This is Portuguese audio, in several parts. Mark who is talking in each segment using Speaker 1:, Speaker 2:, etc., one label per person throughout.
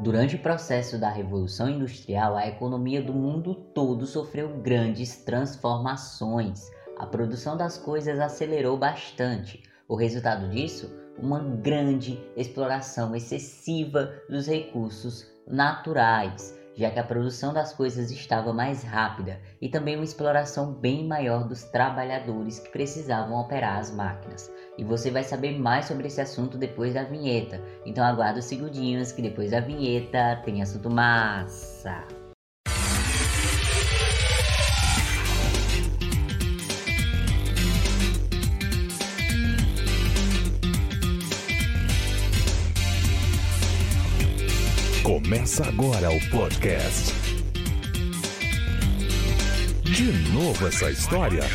Speaker 1: Durante o processo da Revolução Industrial, a economia do mundo todo sofreu grandes transformações. A produção das coisas acelerou bastante. O resultado disso? Uma grande exploração excessiva dos recursos naturais, já que a produção das coisas estava mais rápida, e também uma exploração bem maior dos trabalhadores que precisavam operar as máquinas. E você vai saber mais sobre esse assunto depois da vinheta. Então aguarda os segundinhos que depois da vinheta tem assunto massa.
Speaker 2: Começa agora o podcast. De novo essa história?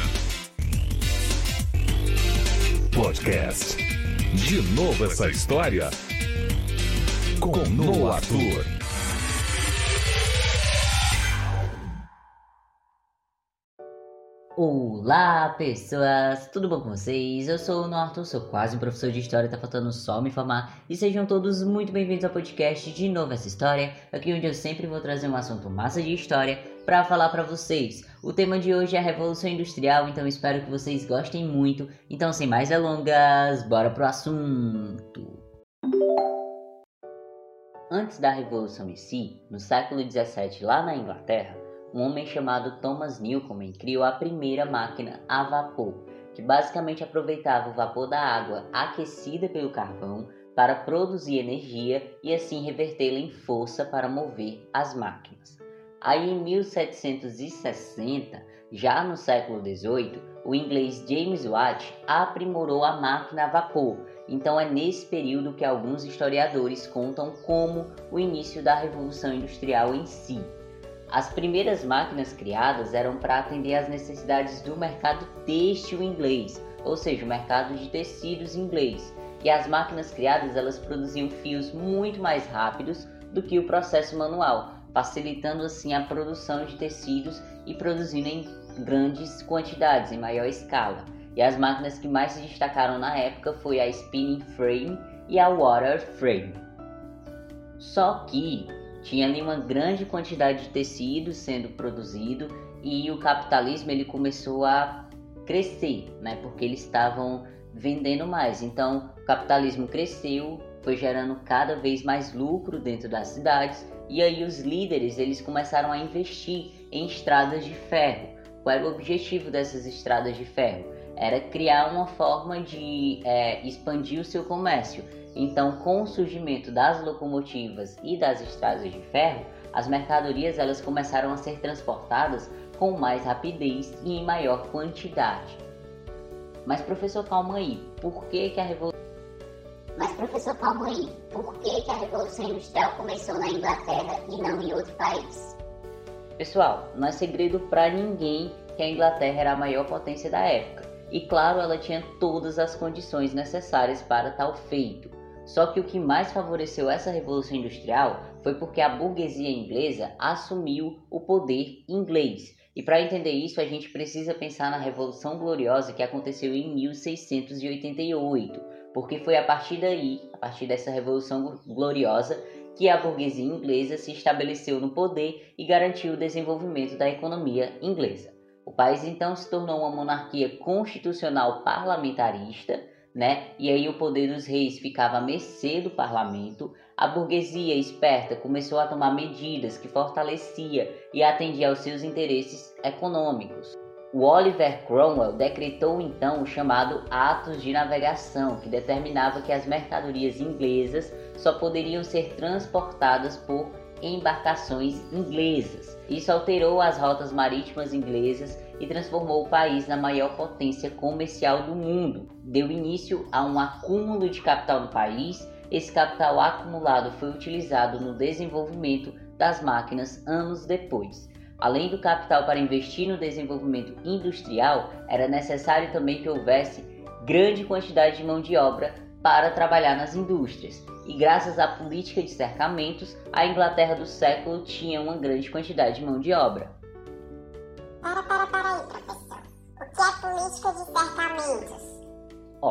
Speaker 2: Podcast. De novo essa história? Com Noah Arthur.
Speaker 1: Olá pessoas, tudo bom com vocês? Eu sou o Noah Arthur, sou quase um professor de história, tá faltando só me informar. E sejam todos muito bem-vindos ao podcast De Novo Essa História, aqui onde eu sempre vou trazer um assunto massa de história para falar para vocês. O tema de hoje é a Revolução Industrial, então espero que vocês gostem muito. Então sem mais delongas, bora pro assunto! Antes da Revolução em si, no século XVII, lá na Inglaterra, um homem chamado Thomas Newcomen criou a primeira máquina a vapor, que basicamente aproveitava o vapor da água aquecida pelo carvão para produzir energia e assim revertê-la em força para mover as máquinas. Aí em 1760, já no século XVIII, o inglês James Watt aprimorou a máquina a vapor. Então é nesse período que alguns historiadores contam como o início da Revolução Industrial em si. As primeiras máquinas criadas eram para atender às necessidades do mercado têxtil inglês, ou seja, o mercado de tecidos inglês. E as máquinas criadas elas produziam fios muito mais rápidos do que o processo manual, facilitando assim a produção de tecidos e produzindo em grandes quantidades, em maior escala. E as máquinas que mais se destacaram na época foi a spinning frame e a water frame. Só que tinha ali uma grande quantidade de tecido sendo produzido e o capitalismo ele começou a crescer, porque eles estavam vendendo mais. Então o capitalismo cresceu, foi gerando cada vez mais lucro dentro das cidades e aí os líderes eles começaram a investir em estradas de ferro. Qual era o objetivo dessas estradas de ferro? Era criar uma forma de expandir o seu comércio. Então, com o surgimento das locomotivas e das estradas de ferro, as mercadorias elas começaram a ser transportadas com mais rapidez e em maior quantidade. Mas professor, calma aí, por que a Revolução Industrial começou na Inglaterra e não em outro país? Pessoal, não é segredo para ninguém que a Inglaterra era a maior potência da época. E claro, ela tinha todas as condições necessárias para tal feito. Só que o que mais favoreceu essa Revolução Industrial foi porque a burguesia inglesa assumiu o poder inglês. E para entender isso, a gente precisa pensar na Revolução Gloriosa que aconteceu em 1688, porque foi a partir dessa Revolução Gloriosa, que a burguesia inglesa se estabeleceu no poder e garantiu o desenvolvimento da economia inglesa. O país então se tornou uma monarquia constitucional parlamentarista, E aí o poder dos reis ficava à mercê do parlamento. A burguesia esperta começou a tomar medidas que fortalecia e atendia aos seus interesses econômicos. O Oliver Cromwell decretou então o chamado Atos de Navegação, que determinava que as mercadorias inglesas só poderiam ser transportadas por embarcações inglesas. Isso alterou as rotas marítimas inglesas e transformou o país na maior potência comercial do mundo. Deu início a um acúmulo de capital no país. Esse capital acumulado foi utilizado no desenvolvimento das máquinas anos depois. Além do capital para investir no desenvolvimento industrial, era necessário também que houvesse grande quantidade de mão de obra para trabalhar nas indústrias. E graças à política de cercamentos, a Inglaterra do século tinha uma grande quantidade de mão de obra.
Speaker 3: Peraí, professor. O que é política de cercamentos?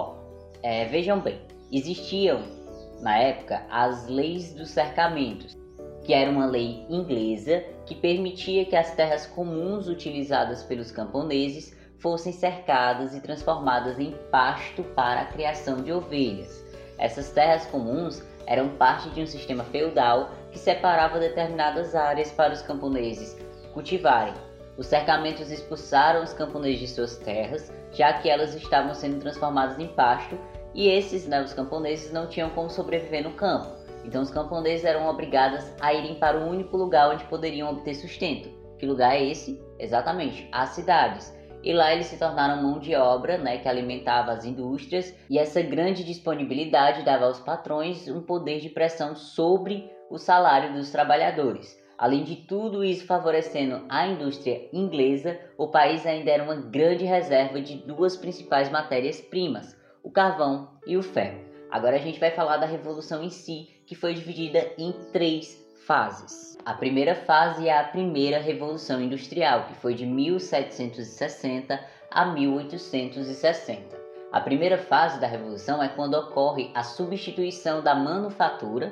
Speaker 1: Vejam bem, existiam na época as leis dos cercamentos. que era uma lei inglesa que permitia que as terras comuns utilizadas pelos camponeses fossem cercadas e transformadas em pasto para a criação de ovelhas. Essas terras comuns eram parte de um sistema feudal que separava determinadas áreas para os camponeses cultivarem. Os cercamentos expulsaram os camponeses de suas terras, já que elas estavam sendo transformadas em pasto, e os camponeses não tinham como sobreviver no campo. Então os camponeses eram obrigados a irem para o único lugar onde poderiam obter sustento. Que lugar é esse? Exatamente, as cidades. E lá eles se tornaram mão de obra, que alimentava as indústrias, e essa grande disponibilidade dava aos patrões um poder de pressão sobre o salário dos trabalhadores. Além de tudo isso favorecendo a indústria inglesa, o país ainda era uma grande reserva de duas principais matérias-primas, o carvão e o ferro. Agora a gente vai falar da Revolução em si, que foi dividida em 3 fases. A primeira fase é a primeira Revolução Industrial, que foi de 1760 a 1860. A primeira fase da Revolução é quando ocorre a substituição da manufatura,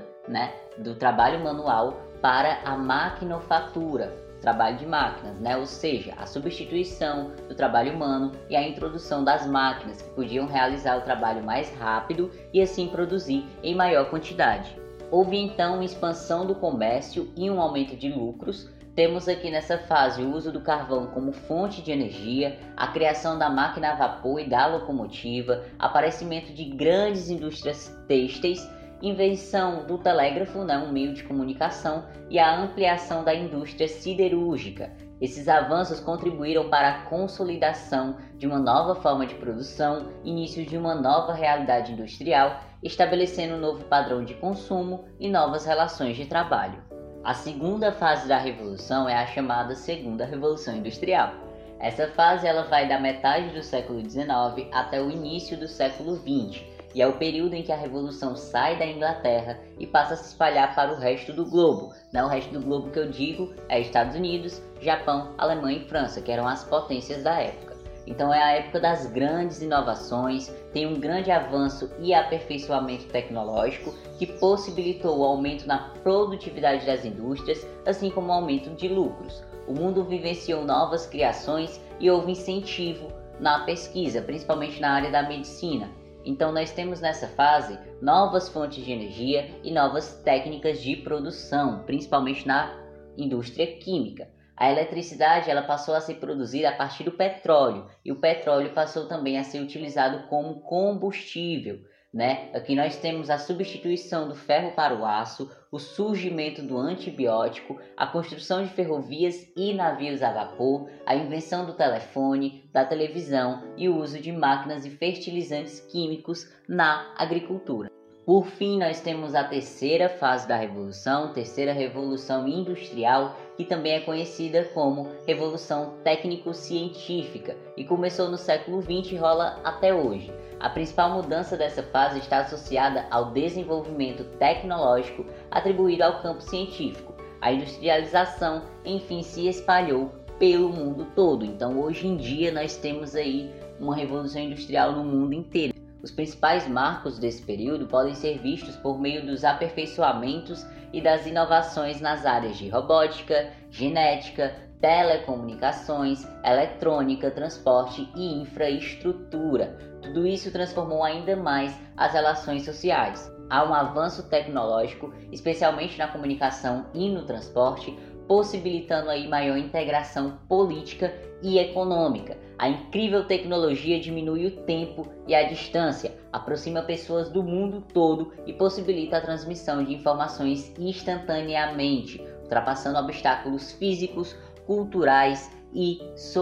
Speaker 1: do trabalho manual, para a maquinofatura, trabalho de máquinas, ou seja, a substituição do trabalho humano e a introdução das máquinas que podiam realizar o trabalho mais rápido e assim produzir em maior quantidade. Houve então uma expansão do comércio e um aumento de lucros. Temos aqui nessa fase o uso do carvão como fonte de energia, a criação da máquina a vapor e da locomotiva, aparecimento de grandes indústrias têxteis, invenção do telégrafo, um meio de comunicação, e a ampliação da indústria siderúrgica. Esses avanços contribuíram para a consolidação de uma nova forma de produção, início de uma nova realidade industrial, estabelecendo um novo padrão de consumo e novas relações de trabalho. A segunda fase da Revolução é a chamada Segunda Revolução Industrial. Essa fase ela vai da metade do século XIX até o início do século XX, e é o período em que a Revolução sai da Inglaterra e passa a se espalhar para o resto do globo. O resto do globo que eu digo é Estados Unidos, Japão, Alemanha e França, que eram as potências da época. Então é a época das grandes inovações, tem um grande avanço e aperfeiçoamento tecnológico que possibilitou o aumento na produtividade das indústrias, assim como o aumento de lucros. O mundo vivenciou novas criações e houve incentivo na pesquisa, principalmente na área da medicina. Então nós temos nessa fase novas fontes de energia e novas técnicas de produção, principalmente na indústria química. A eletricidade ela passou a ser produzida a partir do petróleo, e o petróleo passou também a ser utilizado como combustível. Aqui nós temos a substituição do ferro para o aço, o surgimento do antibiótico, a construção de ferrovias e navios a vapor, a invenção do telefone, da televisão e o uso de máquinas e fertilizantes químicos na agricultura. Por fim, nós temos a terceira fase da Revolução, terceira Revolução Industrial, que também é conhecida como Revolução Técnico-Científica, e começou no século XX e rola até hoje. A principal mudança dessa fase está associada ao desenvolvimento tecnológico atribuído ao campo científico. A industrialização, enfim, se espalhou pelo mundo todo. Então, hoje em dia, nós temos aí uma revolução industrial no mundo inteiro. Os principais marcos desse período podem ser vistos por meio dos aperfeiçoamentos e das inovações nas áreas de robótica, genética, telecomunicações, eletrônica, transporte e infraestrutura. Tudo isso transformou ainda mais as relações sociais. Há um avanço tecnológico, especialmente na comunicação e no transporte, possibilitando aí maior integração política e econômica. A incrível tecnologia diminui o tempo e a distância, aproxima pessoas do mundo todo e possibilita a transmissão de informações instantaneamente, ultrapassando obstáculos físicos, culturais e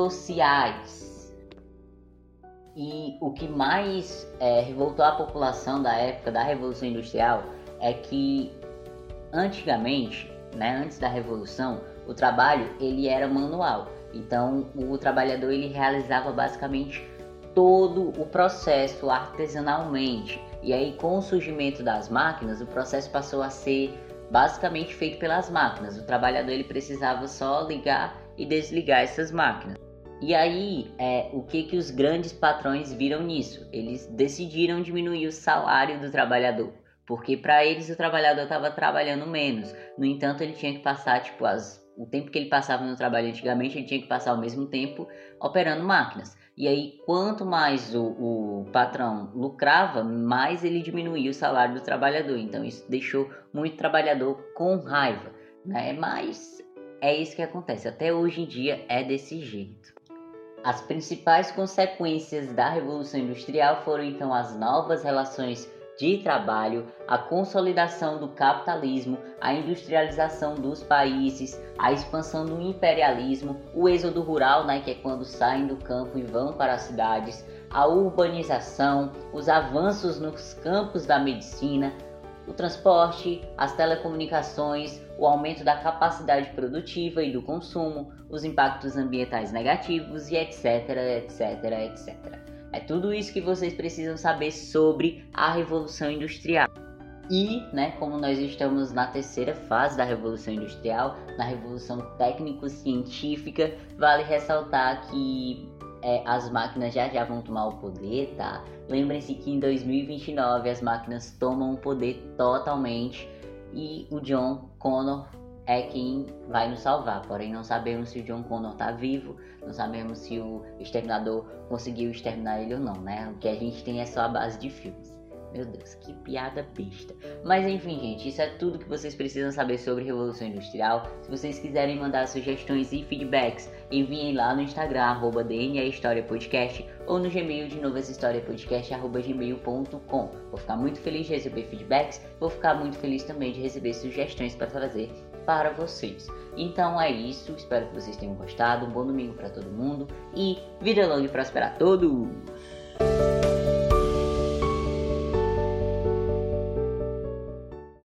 Speaker 1: sociais. E o que mais revoltou a população da época da Revolução Industrial é que antigamente, antes da Revolução, o trabalho ele era manual. Então o trabalhador ele realizava basicamente todo o processo artesanalmente. E aí com o surgimento das máquinas, o processo passou a ser basicamente feito pelas máquinas. O trabalhador ele precisava só ligar e desligar essas máquinas. E aí, o que os grandes patrões viram nisso? Eles decidiram diminuir o salário do trabalhador, porque para eles o trabalhador estava trabalhando menos. No entanto, ele tinha que passar o tempo que ele passava no trabalho antigamente, ele tinha que passar o mesmo tempo operando máquinas. E aí, quanto mais o patrão lucrava, mais ele diminuía o salário do trabalhador. Então, isso deixou muito trabalhador com raiva, né? Mas é isso que acontece. Até hoje em dia é desse jeito. As principais consequências da Revolução Industrial foram, então, as novas relações de trabalho, a consolidação do capitalismo, a industrialização dos países, a expansão do imperialismo, o êxodo rural, né, que é quando saem do campo e vão para as cidades, a urbanização, os avanços nos campos da medicina, o transporte, as telecomunicações, o aumento da capacidade produtiva e do consumo, os impactos ambientais negativos e etc, etc, etc. É tudo isso que vocês precisam saber sobre a Revolução Industrial. E, né, como nós estamos na terceira fase da Revolução Industrial, na Revolução Técnico-Científica, vale ressaltar que as máquinas já vão tomar o poder, tá? Lembrem-se que em 2029 as máquinas tomam o poder totalmente e o John Connor é quem vai nos salvar. Porém, não sabemos se o John Connor tá vivo, não sabemos se o Exterminador conseguiu exterminar ele ou não, né? O que a gente tem é só a base de filmes. Meu Deus, que piada besta. Mas enfim, gente, isso é tudo que vocês precisam saber sobre Revolução Industrial. Se vocês quiserem mandar sugestões e feedbacks, enviem lá no Instagram, @dnahistoriapodcast, ou no Gmail de novo, @gmail.com. Vou ficar muito feliz de receber feedbacks, vou ficar muito feliz também de receber sugestões para trazer para vocês. Então é isso, espero que vocês tenham gostado, um bom domingo para todo mundo e vida longa e próspera a todos!